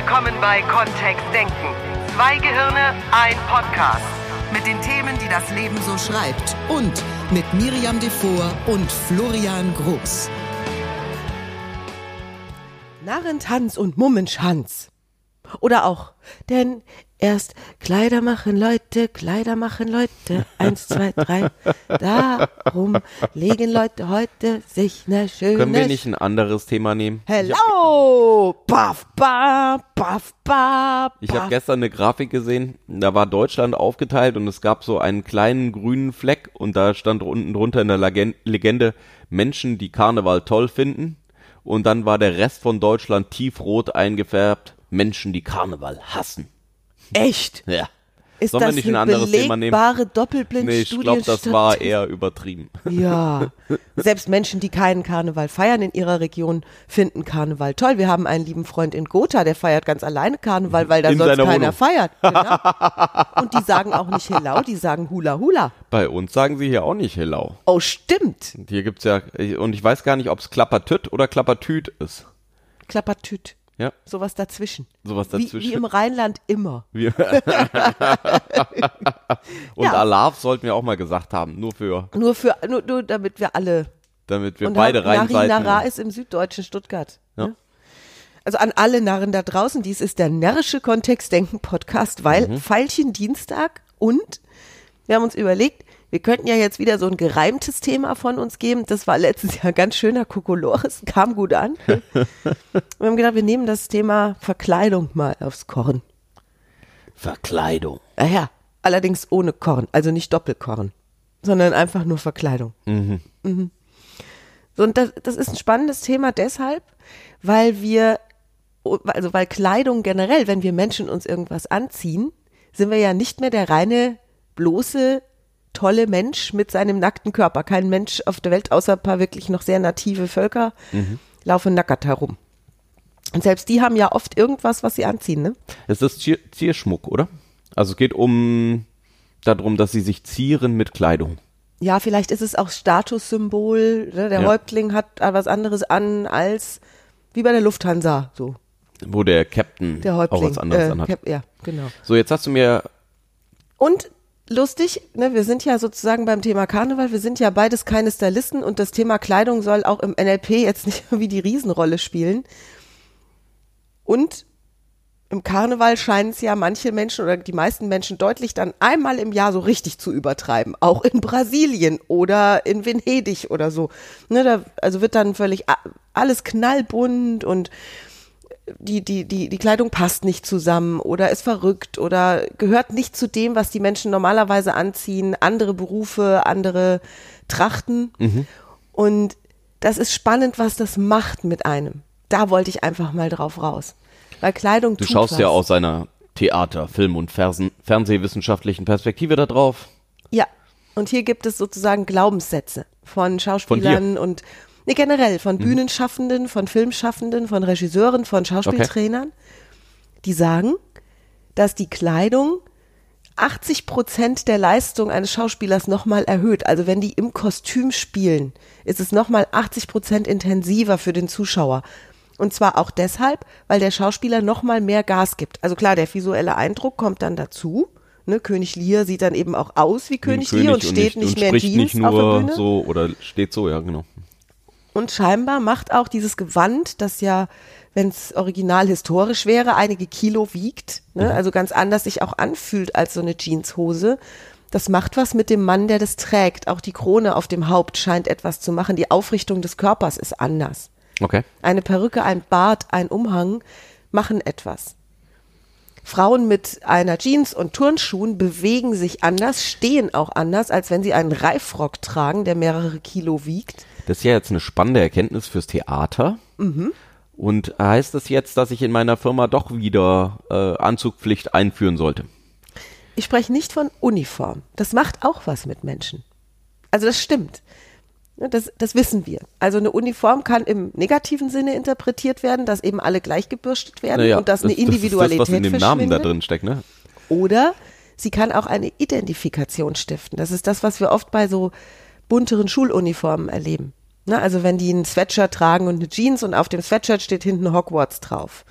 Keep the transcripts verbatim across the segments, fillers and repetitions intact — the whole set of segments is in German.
willkommen bei Kontext Denken. Zwei Gehirne, ein Podcast. Mit den Themen, die das Leben so schreibt. Und mit Miriam Devor und Florian Groß. Narrentanz und Mummenschanz. Oder auch, denn erst Kleider machen Leute, Kleider machen Leute, eins, zwei, drei, darum legen Leute heute sich ne schöne... Können wir nicht ein anderes Thema nehmen? Hello! Baff, baff, baff, baff. Ich habe gestern eine Grafik gesehen, da war Deutschland aufgeteilt und es gab so einen kleinen grünen Fleck und da stand unten drunter in der Legende Menschen, die Karneval toll finden, und dann war der Rest von Deutschland tiefrot eingefärbt. Menschen, die Karneval hassen. Echt? Ja. Ist Sollen wir das nicht eine ein anderes Thema nehmen? belegbare Doppelblindstudie? Nee, ich glaube, das war eher übertrieben. Ja, selbst Menschen, die keinen Karneval feiern in ihrer Region, finden Karneval toll. Wir haben einen lieben Freund in Gotha, der feiert ganz alleine Karneval, weil da In sonst seiner keiner Wohnung. feiert. Genau. Und die sagen auch nicht Hellau, die sagen Hula Hula. Bei uns sagen sie hier auch nicht Hellau. Oh, stimmt. Hier gibt's ja, und ich weiß gar nicht, ob es Klappertüt oder Klappertüt ist. Klappertüt. Ja. Sowas dazwischen. Sowas Wie, dazwischen. wie im Rheinland immer. Wir und Ja. Alarv sollten wir auch mal gesagt haben, nur für, Nur für, nur, nur damit wir alle. damit wir Und beide Nari Nara reinseiten. ist im süddeutschen Stuttgart. Ja. Ne? Also an alle Narren da draußen, dies ist der närrische Kontext-Denken-Podcast, weil Mhm. Veilchen Dienstag und wir haben uns überlegt, wir könnten ja jetzt wieder so ein gereimtes Thema von uns geben. Das war letztes Jahr ganz schöner Kokolores, kam gut an. Wir haben gedacht, wir nehmen das Thema Verkleidung mal aufs Korn. Verkleidung. Naja, allerdings ohne Korn, also nicht Doppelkorn, sondern einfach nur Verkleidung. Mhm. Mhm. So, und das, das ist ein spannendes Thema deshalb, weil wir, also weil Kleidung generell, wenn wir Menschen uns irgendwas anziehen, sind wir ja nicht mehr der reine, bloße, tolle Mensch mit seinem nackten Körper. Kein Mensch auf der Welt, außer ein paar wirklich noch sehr native Völker, Mhm. laufen nackert herum. Und selbst die haben ja oft irgendwas, was sie anziehen, ne? Es ist Zier Zierschmuck, oder? Also es geht um darum, dass sie sich zieren mit Kleidung. Ja, vielleicht ist es auch Statussymbol, ne? Der Ja. Häuptling hat was anderes an als, wie bei der Lufthansa, so. Wo der Captain Der Häuptling. auch was anderes äh, anhat. Cap- ja, genau. So, jetzt hast du mir, Und lustig, ne, wir sind ja sozusagen beim Thema Karneval, wir sind ja beides keine Stylisten und das Thema Kleidung soll auch im N L P jetzt nicht wie die Riesenrolle spielen. Und im Karneval scheinen es ja manche Menschen oder die meisten Menschen deutlich dann einmal im Jahr so richtig zu übertreiben. Auch in Brasilien oder in Venedig oder so. Ne, da, also wird dann völlig a- alles knallbunt und die, die, die, die Kleidung passt nicht zusammen oder ist verrückt oder gehört nicht zu dem, was die Menschen normalerweise anziehen, andere Berufe, andere Trachten. Mhm. Und das ist spannend, was das macht mit einem. Da wollte ich einfach mal drauf raus. Weil Kleidung du tut schaust was. ja aus einer Theater-, Film- und Fersen Fernsehwissenschaftlichen Perspektive da drauf. Ja, und hier gibt es sozusagen Glaubenssätze von Schauspielern und nee, generell von Bühnenschaffenden, von Filmschaffenden, von Regisseuren, von Schauspieltrainern, die sagen, dass die Kleidung achtzig Prozent der Leistung eines Schauspielers nochmal erhöht. Also wenn die im Kostüm spielen, ist es nochmal achtzig Prozent intensiver für den Zuschauer. Und zwar auch deshalb, weil der Schauspieler nochmal mehr Gas gibt. Also klar, der visuelle Eindruck kommt dann dazu. Ne, König Lear sieht dann eben auch aus wie König, Wie ein Lear und steht und nicht und mehr in spricht Jeans nicht auf der nur Bühne. so oder steht so, ja genau. Und scheinbar macht auch dieses Gewand, das ja, wenn es original historisch wäre, einige Kilo wiegt, ne, also ganz anders sich auch anfühlt als so eine Jeanshose. Das macht was mit dem Mann, der das trägt. Auch die Krone auf dem Haupt scheint etwas zu machen. Die Aufrichtung des Körpers ist anders. Okay. Eine Perücke, ein Bart, ein Umhang machen etwas. Frauen mit einer Jeans und Turnschuhen bewegen sich anders, stehen auch anders, als wenn sie einen Reifrock tragen, der mehrere Kilo wiegt. Das ist ja jetzt eine spannende Erkenntnis fürs Theater. Mhm. Und heißt das jetzt, dass ich in meiner Firma doch wieder äh, Anzugpflicht einführen sollte? Ich spreche nicht von Uniform. Das macht auch was mit Menschen. Also das stimmt. Das, das wissen wir. Also eine Uniform kann im negativen Sinne interpretiert werden, dass eben alle gleich gebürstet werden Naja, und dass eine das, das Individualität ist das, was in dem Namen da verschwindet. drin steckt, ne? Oder sie kann auch eine Identifikation stiften. Das ist das, was wir oft bei so bunteren Schuluniformen erleben. Ne, also wenn die ein Sweatshirt tragen und eine Jeans und auf dem Sweatshirt steht hinten Hogwarts drauf.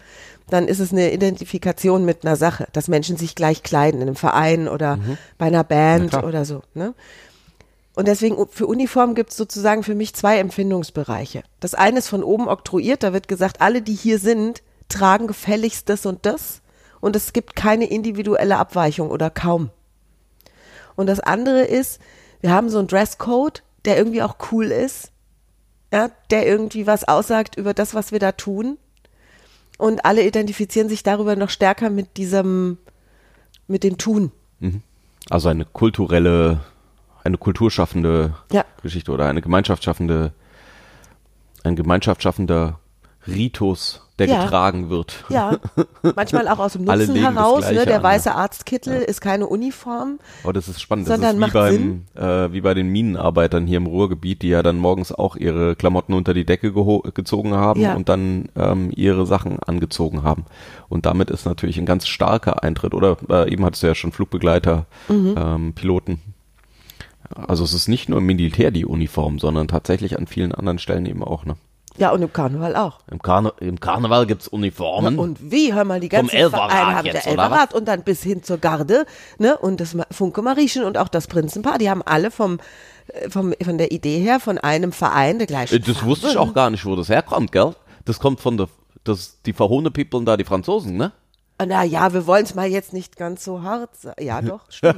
dann ist es eine Identifikation mit einer Sache, dass Menschen sich gleich kleiden in einem Verein oder mhm. bei einer Band oder so. Ne? Und deswegen für Uniformen gibt es sozusagen für mich zwei Empfindungsbereiche. Das eine ist von oben oktroyiert, da wird gesagt, alle, die hier sind, tragen gefälligst das und das und es gibt keine individuelle Abweichung oder kaum. Und das andere ist, wir haben so einen Dresscode, der irgendwie auch cool ist, ja, der irgendwie was aussagt über das, was wir da tun. Und alle identifizieren sich darüber noch stärker mit diesem, mit dem Tun. Also eine kulturelle, eine kulturschaffende ja. Geschichte oder eine gemeinschaftsschaffende, ein gemeinschaftsschaffender Ritus, der ja. getragen wird. Ja, manchmal auch aus dem Nutzen heraus. Ne? Der an, weiße ja. Arztkittel ja. ist keine Uniform. Oh, das ist spannend. Das ist wie, beim, äh, wie bei den Minenarbeitern hier im Ruhrgebiet, die ja dann morgens auch ihre Klamotten unter die Decke geho- gezogen haben ja. und dann ähm, ihre Sachen angezogen haben. Und damit ist natürlich ein ganz starker Eintritt. Oder äh, eben hattest du ja schon Flugbegleiter, mhm. ähm, Piloten. Also es ist nicht nur im Militär die Uniform, sondern tatsächlich an vielen anderen Stellen eben auch, ne? Ja, und im Karneval auch. Im, Karne- im Karneval gibt's Uniformen. Ja, und wie, hör mal, die ganzen Vereine haben der Elferrat und dann bis hin zur Garde, ne, und das Funke Mariechen und auch das Prinzenpaar, die haben alle vom, vom, von der Idee her von einem Verein der gleichen Das Farbe. Wusste ich auch gar nicht, wo das herkommt, gell? Das kommt von der, das, die verhohne People da, die Franzosen, ne? Na ja, wir wollen es mal jetzt nicht ganz so hart sagen. Ja, doch, stimmt.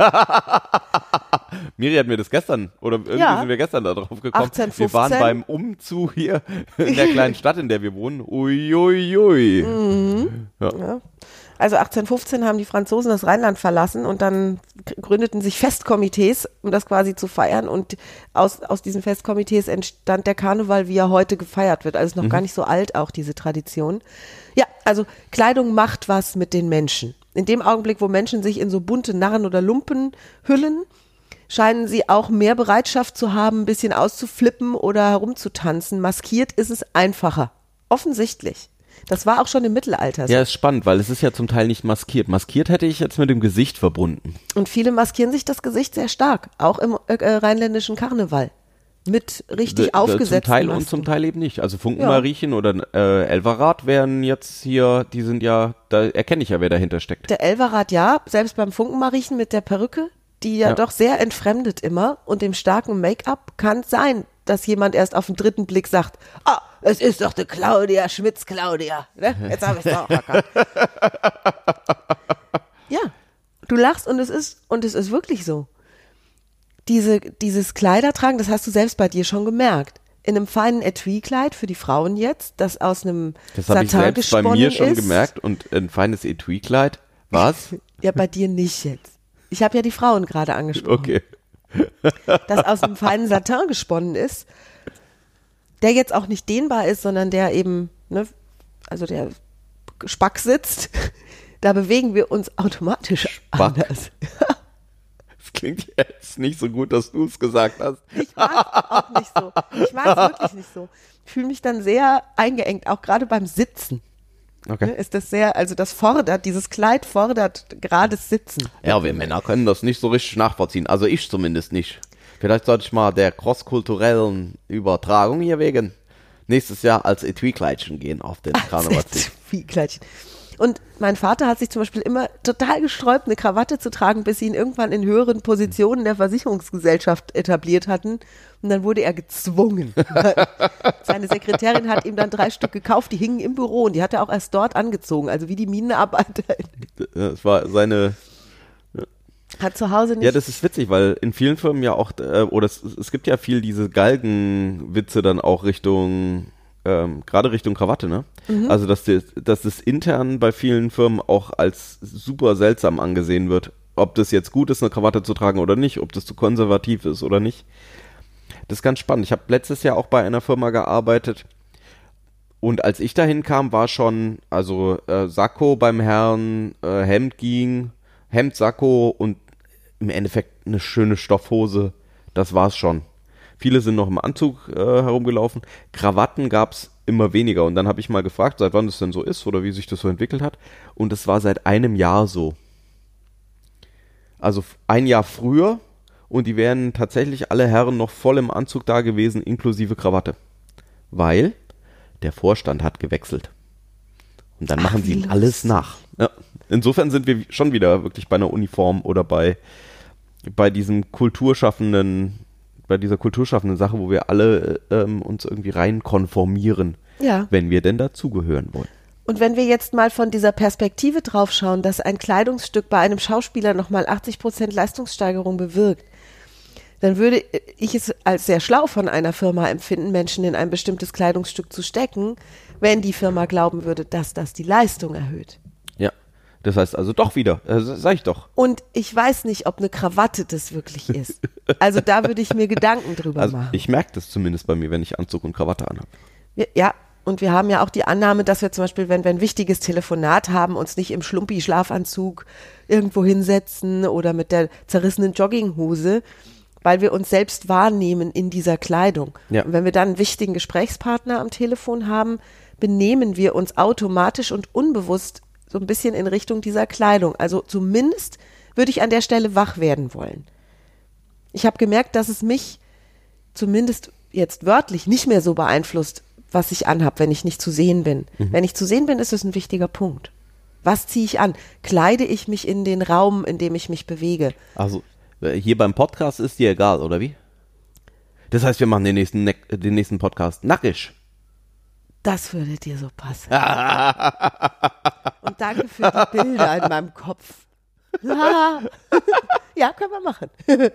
Miri hat mir das gestern, oder irgendwie ja. sind wir gestern da drauf gekommen. achtzehn fünfzehn. Wir waren beim Umzug hier in der kleinen Stadt, in der wir wohnen. Uiuiui. Ui, ui. Mhm. Ja. Ja. Also achtzehnhundertfünfzehn haben die Franzosen das Rheinland verlassen und dann gründeten sich Festkomitees, um das quasi zu feiern. Und aus, aus diesen Festkomitees entstand der Karneval, wie er heute gefeiert wird. Also ist noch mhm. gar nicht so alt auch, diese Tradition. Ja, also Kleidung macht was mit den Menschen. In dem Augenblick, wo Menschen sich in so bunte Narren oder Lumpen hüllen, scheinen sie auch mehr Bereitschaft zu haben, ein bisschen auszuflippen oder herumzutanzen. Maskiert ist es einfacher. Offensichtlich. Das war auch schon im Mittelalter so. Ja, ist spannend, weil es ist ja zum Teil nicht maskiert. Maskiert hätte ich jetzt mit dem Gesicht verbunden. Und viele maskieren sich das Gesicht sehr stark, auch im äh, rheinländischen Karneval. Mit richtig d- aufgesetzten Zum Teil Masken. Und zum Teil eben nicht. Also Funkenmariechen ja. oder äh, Elverrat wären jetzt hier, die sind ja, da erkenne ich ja, wer dahinter steckt. Der Elverrat ja, selbst beim Funkenmariechen mit der Perücke, die ja, ja doch sehr entfremdet immer und dem starken Make-up kann es sein, dass jemand erst auf den dritten Blick sagt, ah, es ist doch die Claudia Schmitz-Claudia. Ne? Jetzt habe ich es auch erkannt. Ja, du lachst und es ist, und es ist wirklich so. Diese, dieses Kleidertragen, das hast du selbst bei dir schon gemerkt. In einem feinen Etui-Kleid für die Frauen jetzt, das aus einem Das habe ich selbst bei mir schon ist. gemerkt. Und ein feines Etui-Kleid, was? Ja, bei dir nicht jetzt. Ich habe ja die Frauen gerade angesprochen. Okay. Das aus einem feinen Satin gesponnen ist, der jetzt auch nicht dehnbar ist, sondern der eben, ne, also der Spack sitzt, da bewegen wir uns automatisch Spack. anders. Das klingt jetzt nicht so gut, dass du es gesagt hast. Ich mag es auch nicht so. Ich mag es wirklich nicht so. Ich fühle mich dann sehr eingeengt, auch gerade beim Sitzen. Okay. Ist das sehr, also das fordert, dieses Kleid fordert gerades Sitzen. Ja, wir Männer können das nicht so richtig nachvollziehen. Also ich zumindest nicht. Vielleicht sollte ich mal der crosskulturellen Übertragung hier wegen nächstes Jahr als Etui-Kleidchen gehen auf den Karnevalszug. Etui-Kleidchen. Und mein Vater hat sich zum Beispiel immer total gesträubt, eine Krawatte zu tragen, bis sie ihn irgendwann in höheren Positionen der Versicherungsgesellschaft etabliert hatten. Und dann wurde er gezwungen. Seine Sekretärin hat ihm dann drei Stück gekauft, die hingen im Büro und die hat er auch erst dort angezogen, also wie die Minenarbeiter. Das war seine... Hat zu Hause nicht... Ja, das ist witzig, weil in vielen Firmen ja auch, äh, oder es, es gibt ja viel diese Galgenwitze dann auch Richtung... Ähm, gerade Richtung Krawatte, ne? Mhm. Also, dass, die, dass das intern bei vielen Firmen auch als super seltsam angesehen wird. Ob das jetzt gut ist, eine Krawatte zu tragen oder nicht, ob das zu konservativ ist oder nicht. Das ist ganz spannend. Ich habe letztes Jahr auch bei einer Firma gearbeitet und als ich dahin kam, war schon, also äh, Sakko beim Herrn, äh, Hemd ging, Hemd, Sakko und im Endeffekt eine schöne Stoffhose. Das war's schon. Viele sind noch im Anzug äh, herumgelaufen. Krawatten gab es immer weniger. Und dann habe ich mal gefragt, seit wann das denn so ist oder wie sich das so entwickelt hat. Und es war seit einem Jahr so. Also ein Jahr früher. Und die wären tatsächlich alle Herren noch voll im Anzug da gewesen, inklusive Krawatte. Weil der Vorstand hat gewechselt. Und dann machen Ach, sie alles nach. Ja. Insofern sind wir schon wieder wirklich bei einer Uniform oder bei, bei diesem kulturschaffenden, bei dieser kulturschaffenden Sache, wo wir alle ähm, uns irgendwie rein konformieren, ja. wenn wir denn dazugehören wollen. Und wenn wir jetzt mal von dieser Perspektive drauf schauen, dass ein Kleidungsstück bei einem Schauspieler nochmal achtzig Prozent Leistungssteigerung bewirkt, dann würde ich es als sehr schlau von einer Firma empfinden, Menschen in ein bestimmtes Kleidungsstück zu stecken, wenn die Firma glauben würde, dass das die Leistung erhöht. Ja, das heißt also doch wieder, äh, sag ich doch. Und ich weiß nicht, ob eine Krawatte das wirklich ist. Also da würde ich mir Gedanken drüber also machen. Ich merke das zumindest bei mir, wenn ich Anzug und Krawatte anhabe. Ja, und wir haben ja auch die Annahme, dass wir zum Beispiel, wenn wir ein wichtiges Telefonat haben, uns nicht im Schlumpi-Schlafanzug irgendwo hinsetzen oder mit der zerrissenen Jogginghose, weil wir uns selbst wahrnehmen in dieser Kleidung. Ja. Und wenn wir dann einen wichtigen Gesprächspartner am Telefon haben, benehmen wir uns automatisch und unbewusst so ein bisschen in Richtung dieser Kleidung. Also zumindest würde ich an der Stelle wach werden wollen. Ich habe gemerkt, dass es mich zumindest jetzt wörtlich nicht mehr so beeinflusst, was ich anhab, wenn ich nicht zu sehen bin. Mhm. Wenn ich zu sehen bin, ist es ein wichtiger Punkt. Was ziehe ich an? Kleide ich mich in den Raum, in dem ich mich bewege? Also hier beim Podcast ist dir egal, oder wie? Das heißt, wir machen den nächsten, den nächsten Podcast nackig. Das würde dir so passen. Und danke für die Bilder in meinem Kopf. Ja, können wir machen.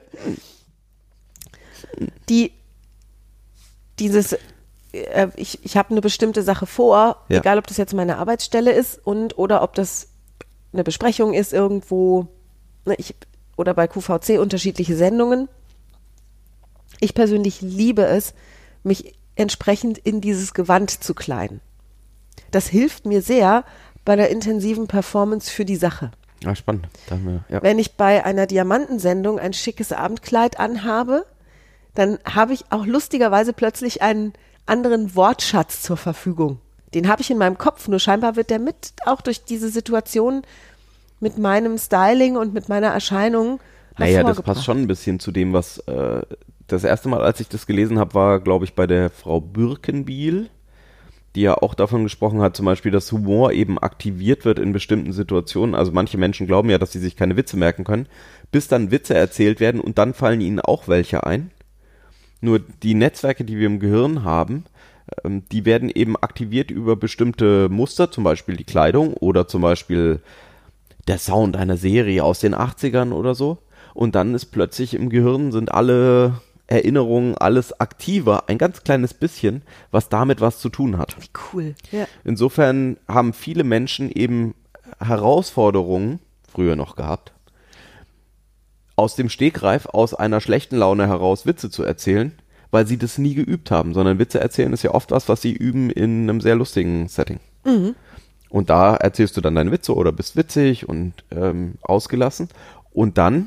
Die, dieses Ich, ich habe eine bestimmte Sache vor, ja. egal ob das jetzt meine Arbeitsstelle ist und oder ob das eine Besprechung ist irgendwo, ne, ich, oder bei Q V C unterschiedliche Sendungen. Ich persönlich liebe es, mich entsprechend in dieses Gewand zu kleiden. Das hilft mir sehr bei der intensiven Performance für die Sache. Ah, spannend. Wir, ja. Wenn ich bei einer Diamantensendung ein schickes Abendkleid anhabe, dann habe ich auch lustigerweise plötzlich einen anderen Wortschatz zur Verfügung. Den habe ich in meinem Kopf, nur scheinbar wird der mit auch durch diese Situation mit meinem Styling und mit meiner Erscheinung Naja, das passt schon ein bisschen zu dem, was äh, das erste Mal, als ich das gelesen habe, war, glaube ich, bei der Frau Birkenbiel, die ja auch davon gesprochen hat, zum Beispiel, dass Humor eben aktiviert wird in bestimmten Situationen. Also manche Menschen glauben ja, dass sie sich keine Witze merken können, bis dann Witze erzählt werden und dann fallen ihnen auch welche ein. Nur die Netzwerke, die wir im Gehirn haben, ähm, die werden eben aktiviert über bestimmte Muster, zum Beispiel die Kleidung oder zum Beispiel der Sound einer Serie aus den achtzigern oder so. Und dann ist plötzlich im Gehirn sind alle Erinnerungen, alles aktiver, ein ganz kleines bisschen, was damit was zu tun hat. Wie cool. Ja. Insofern haben viele Menschen eben Herausforderungen, früher noch gehabt, aus dem Stegreif, aus einer schlechten Laune heraus Witze zu erzählen, weil sie das nie geübt haben, sondern Witze erzählen ist ja oft was, was sie üben in einem sehr lustigen Setting. Mhm. Und da erzählst du dann deine Witze oder bist witzig und ähm, ausgelassen. Und dann,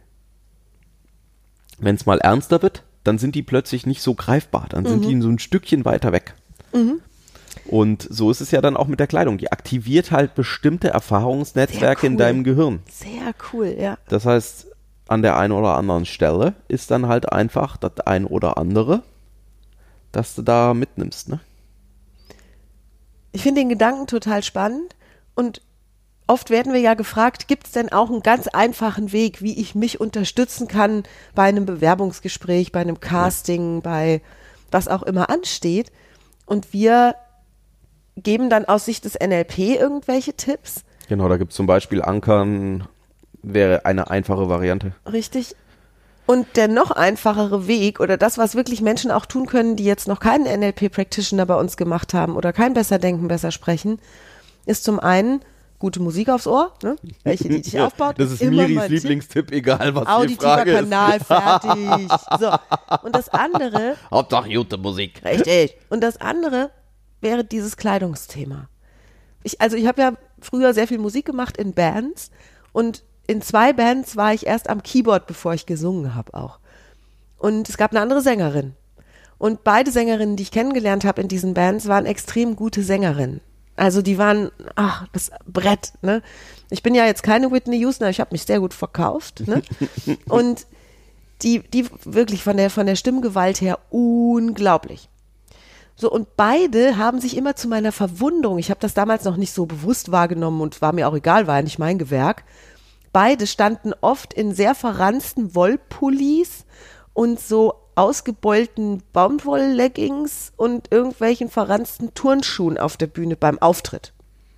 wenn es mal ernster wird, dann sind die plötzlich nicht so greifbar. Dann sind mhm. die so ein Stückchen weiter weg. Mhm. Und so ist es ja dann auch mit der Kleidung. Die aktiviert halt bestimmte Erfahrungsnetzwerke cool. in deinem Gehirn. Sehr cool, ja. Das heißt, an der einen oder anderen Stelle ist dann halt einfach das ein oder andere, das du da mitnimmst, ne? Ich finde den Gedanken total spannend und oft werden wir ja gefragt, gibt es denn auch einen ganz einfachen Weg, wie ich mich unterstützen kann bei einem Bewerbungsgespräch, bei einem Casting, ja. bei was auch immer ansteht. Und wir geben dann aus Sicht des N L P irgendwelche Tipps. Genau, da gibt es zum Beispiel Ankern, wäre eine einfache Variante. Richtig. Und der noch einfachere Weg oder das, was wirklich Menschen auch tun können, die jetzt noch keinen N L P-Practitioner bei uns gemacht haben oder kein besser denken, besser sprechen, ist zum einen gute Musik aufs Ohr, ne? Welche, die dich aufbaut. Das ist Immer Miris Lieblingstipp, Tipp. Egal was die Frage ist. Kanal, fertig. So. Und das andere. Hauptsache gute Musik. Richtig. Und das andere wäre dieses Kleidungsthema. Ich, also ich habe ja früher sehr viel Musik gemacht in Bands und in zwei Bands war ich erst am Keyboard, bevor ich gesungen habe auch. Und es gab eine andere Sängerin. Und beide Sängerinnen, die ich kennengelernt habe in diesen Bands, waren extrem gute Sängerinnen. Also die waren, ach, das Brett, ne? Ich bin ja jetzt keine Whitney Houston, aber ich habe mich sehr gut verkauft, ne? Und die, die wirklich von der, von der Stimmgewalt her unglaublich. So, und beide haben sich immer zu meiner Verwunderung, ich habe das damals noch nicht so bewusst wahrgenommen und war mir auch egal, war ja nicht mein Gewerk, beide standen oft in sehr verranzten Wollpullis und so ausgebeulten Baumwollleggings und irgendwelchen verranzten Turnschuhen auf der Bühne beim Auftritt.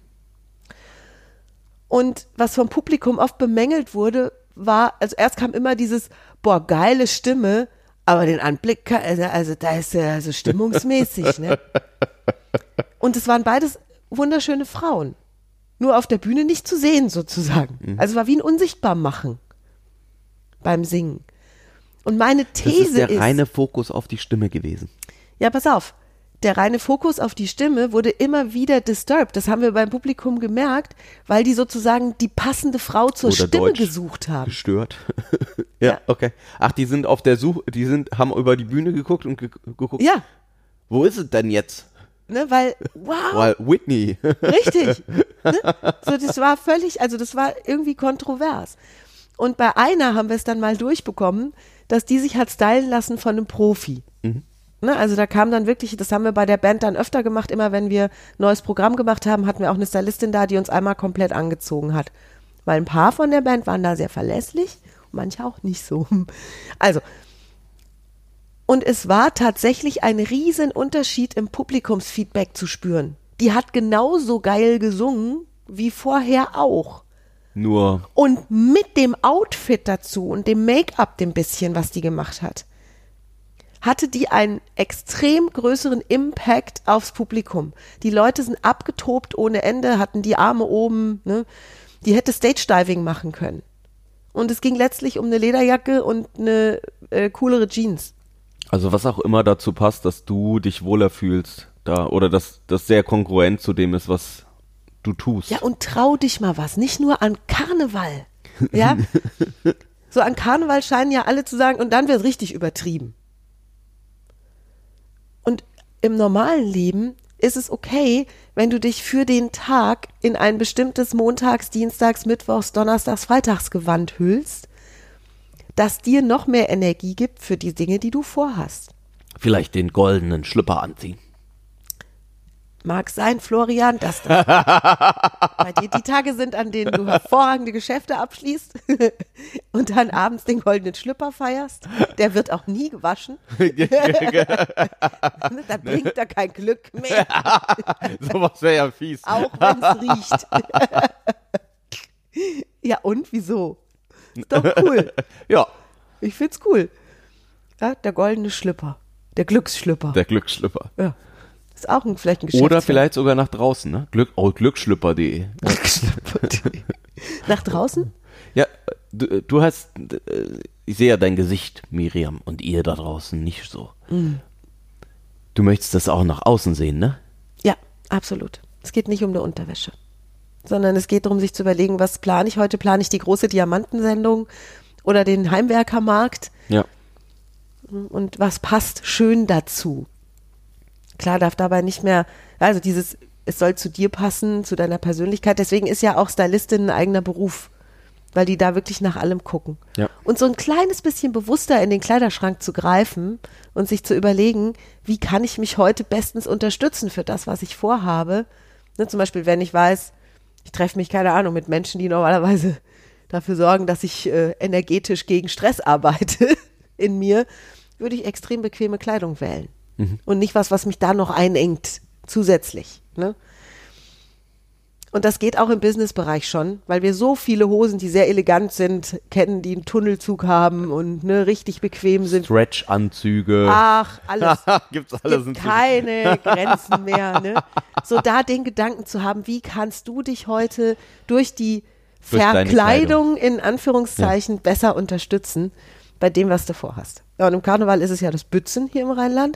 Und was vom Publikum oft bemängelt wurde, war, also erst kam immer dieses, boah, geile Stimme, aber den Anblick, also, also da ist ja also stimmungsmäßig, ne? Und es waren beides wunderschöne Frauen. Nur auf der Bühne nicht zu sehen, sozusagen. Mhm. Also es war wie ein Unsichtbarmachen beim Singen. Und meine These ist... Das ist der ist, reine Fokus auf die Stimme gewesen. Ja, pass auf. Der reine Fokus auf die Stimme wurde immer wieder disturbed. Das haben wir beim Publikum gemerkt, weil die sozusagen die passende Frau zur Oder Stimme Deutsch gesucht haben. Gestört. ja, ja, okay. Ach, die sind auf der Suche, die sind, haben über die Bühne geguckt und ge geguckt. Ja. Wo ist es denn jetzt? Ne, weil, wow. Weil Whitney. Richtig. Ne? So, das war völlig, also das war irgendwie kontrovers. Und bei einer haben wir es dann mal durchbekommen, dass die sich hat stylen lassen von einem Profi. Mhm. Ne, also da kam dann wirklich, das haben wir bei der Band dann öfter gemacht, immer wenn wir ein neues Programm gemacht haben, hatten wir auch eine Stylistin da, die uns einmal komplett angezogen hat. Weil ein paar von der Band waren da sehr verlässlich, manche auch nicht so. Also, und es war tatsächlich ein riesen Unterschied im Publikumsfeedback zu spüren. Die hat genauso geil gesungen wie vorher auch. Nur. Und mit dem Outfit dazu und dem Make-up, dem bisschen, was die gemacht hat, hatte die einen extrem größeren Impact aufs Publikum. Die Leute sind abgetobt ohne Ende, hatten die Arme oben, ne? Die hätte Stage-Diving machen können. Und es ging letztlich um eine Lederjacke und eine äh, coolere Jeans. Also was auch immer dazu passt, dass du dich wohler fühlst, da, oder dass das sehr kongruent zu dem ist, was du tust. Ja, und trau dich mal was, nicht nur an Karneval. Ja? So an Karneval scheinen ja alle zu sagen, und dann wird es richtig übertrieben. Und im normalen Leben ist es okay, wenn du dich für den Tag in ein bestimmtes Montags-, Dienstags-, Mittwochs-, Donnerstags-, Freitagsgewand hüllst, das dir noch mehr Energie gibt für die Dinge, die du vorhast. Vielleicht den goldenen Schlüpper anziehen. Mag sein, Florian, dass das bei dir die Tage sind, an denen du hervorragende Geschäfte abschließt und dann abends den goldenen Schlüpper feierst. Der wird auch nie gewaschen. Da bringt er kein Glück mehr. Sowas wäre ja fies. Auch wenn es riecht. Ja, und wieso? Ist doch cool. Ja. Ich find's cool. Ja, der goldene Schlüpper. Der Glücksschlüpper. Der Glücksschlüpper. Ja. Ist auch ein, vielleicht ein Geschäft. Oder vielleicht sogar nach draußen, ne? Glück, oh, glücksschlüpper punkt de. Glücksschlüpper punkt de. Nach draußen? Ja, du, du hast, ich sehe ja dein Gesicht, Miriam, und ihr da draußen nicht so. Mm. Du möchtest das auch nach außen sehen, ne? Ja, absolut. Es geht nicht um eine Unterwäsche, sondern es geht darum, sich zu überlegen, was plane ich heute? Plane ich die große Diamantensendung oder den Heimwerkermarkt? Ja. Und was passt schön dazu? Klar darf dabei nicht mehr, also dieses, es soll zu dir passen, zu deiner Persönlichkeit. Deswegen ist ja auch Stylistin ein eigener Beruf, weil die da wirklich nach allem gucken. Ja. Und so ein kleines bisschen bewusster in den Kleiderschrank zu greifen und sich zu überlegen, wie kann ich mich heute bestens unterstützen für das, was ich vorhabe. Ne, zum Beispiel, wenn ich weiß, ich treffe mich, keine Ahnung, mit Menschen, die normalerweise dafür sorgen, dass ich äh, energetisch gegen Stress arbeite in mir, würde ich extrem bequeme Kleidung wählen. Mhm. Und nicht was, was mich da noch einengt, zusätzlich. Ne? Und das geht auch im Businessbereich schon, weil wir so viele Hosen, die sehr elegant sind, kennen, die einen Tunnelzug haben und ne, richtig bequem sind. Stretch-Anzüge. Ach, alles. Gibt's alles gibt keine Grenzen mehr. Ne? So da den Gedanken zu haben, wie kannst du dich heute durch die durch Verkleidung in Anführungszeichen ja. besser unterstützen bei dem, was du vorhast. Ja, und im Karneval ist es ja das Bützen hier im Rheinland.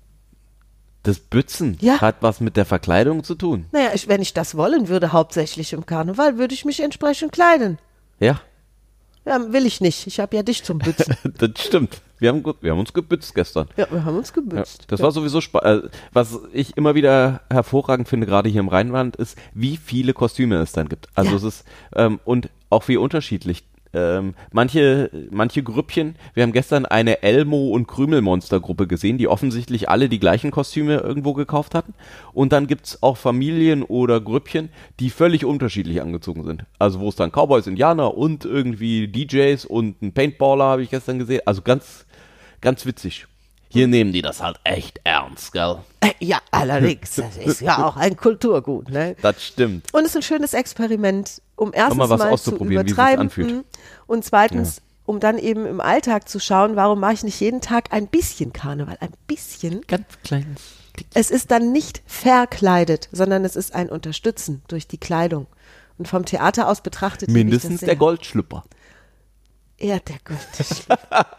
Das Bützen ja. hat was mit der Verkleidung zu tun. Naja, ich, wenn ich das wollen würde, hauptsächlich im Karneval, würde ich mich entsprechend kleiden. Ja. Ja, will ich nicht. Ich habe ja dich zum Bützen. Das stimmt. Wir haben, wir haben uns gebützt gestern. Ja, wir haben uns gebützt. Ja, das ja. war sowieso spannend. Was ich immer wieder hervorragend finde, gerade hier im Rheinland, ist, wie viele Kostüme es dann gibt. Also ja. es ist, ähm, und auch wie unterschiedlich ähm, manche, manche Grüppchen, wir haben gestern eine Elmo- und Krümelmonster-Gruppe gesehen, die offensichtlich alle die gleichen Kostüme irgendwo gekauft hatten. Und dann gibt's auch Familien oder Grüppchen, die völlig unterschiedlich angezogen sind. Also wo es dann Cowboys, Indianer und irgendwie D Js und ein Paintballer habe ich gestern gesehen. Also ganz, ganz witzig. Hier nehmen die das halt echt ernst, gell? Ja, allerdings. Das ist ja auch ein Kulturgut, ne? Das stimmt. Und es ist ein schönes Experiment, um erstens mal, was mal zu auszuprobieren, wie es sich übertreiben anfühlt. und zweitens, ja. um dann eben im Alltag zu schauen, warum mache ich nicht jeden Tag ein bisschen Karneval, ein bisschen. Ganz kleines. Es ist dann nicht verkleidet, sondern es ist ein Unterstützen durch die Kleidung. Und vom Theater aus betrachtet mindestens der Goldschlüpper. Ja, der Goldschlüpper.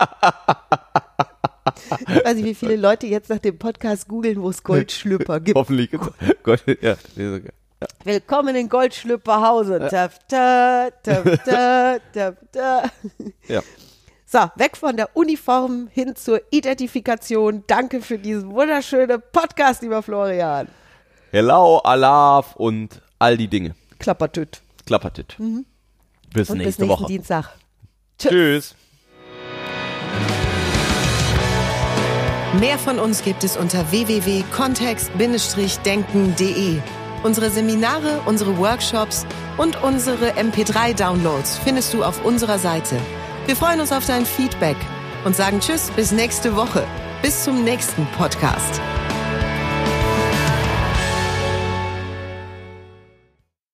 Ich weiß nicht, wie viele Leute jetzt nach dem Podcast googeln, wo es Goldschlüpper gibt. Hoffentlich. Gold, ja, ja. Willkommen in Goldschlüpperhausen. Ja. Taf, ta, taf, ta, taf, ta. Ja. So, weg von der Uniform hin zur Identifikation. Danke für diesen wunderschönen Podcast, lieber Florian. Hello, Alaf und all die Dinge. Klappertüt. Klappertüt. Mhm. Bis und nächste bis nächsten Woche. Dienstag. Tschüss. Tschüss. Mehr von uns gibt es unter w w w punkt kontext Bindestrich denken punkt de. Unsere Seminare, unsere Workshops und unsere M P drei Downloads findest du auf unserer Seite. Wir freuen uns auf dein Feedback und sagen Tschüss bis nächste Woche. Bis zum nächsten Podcast.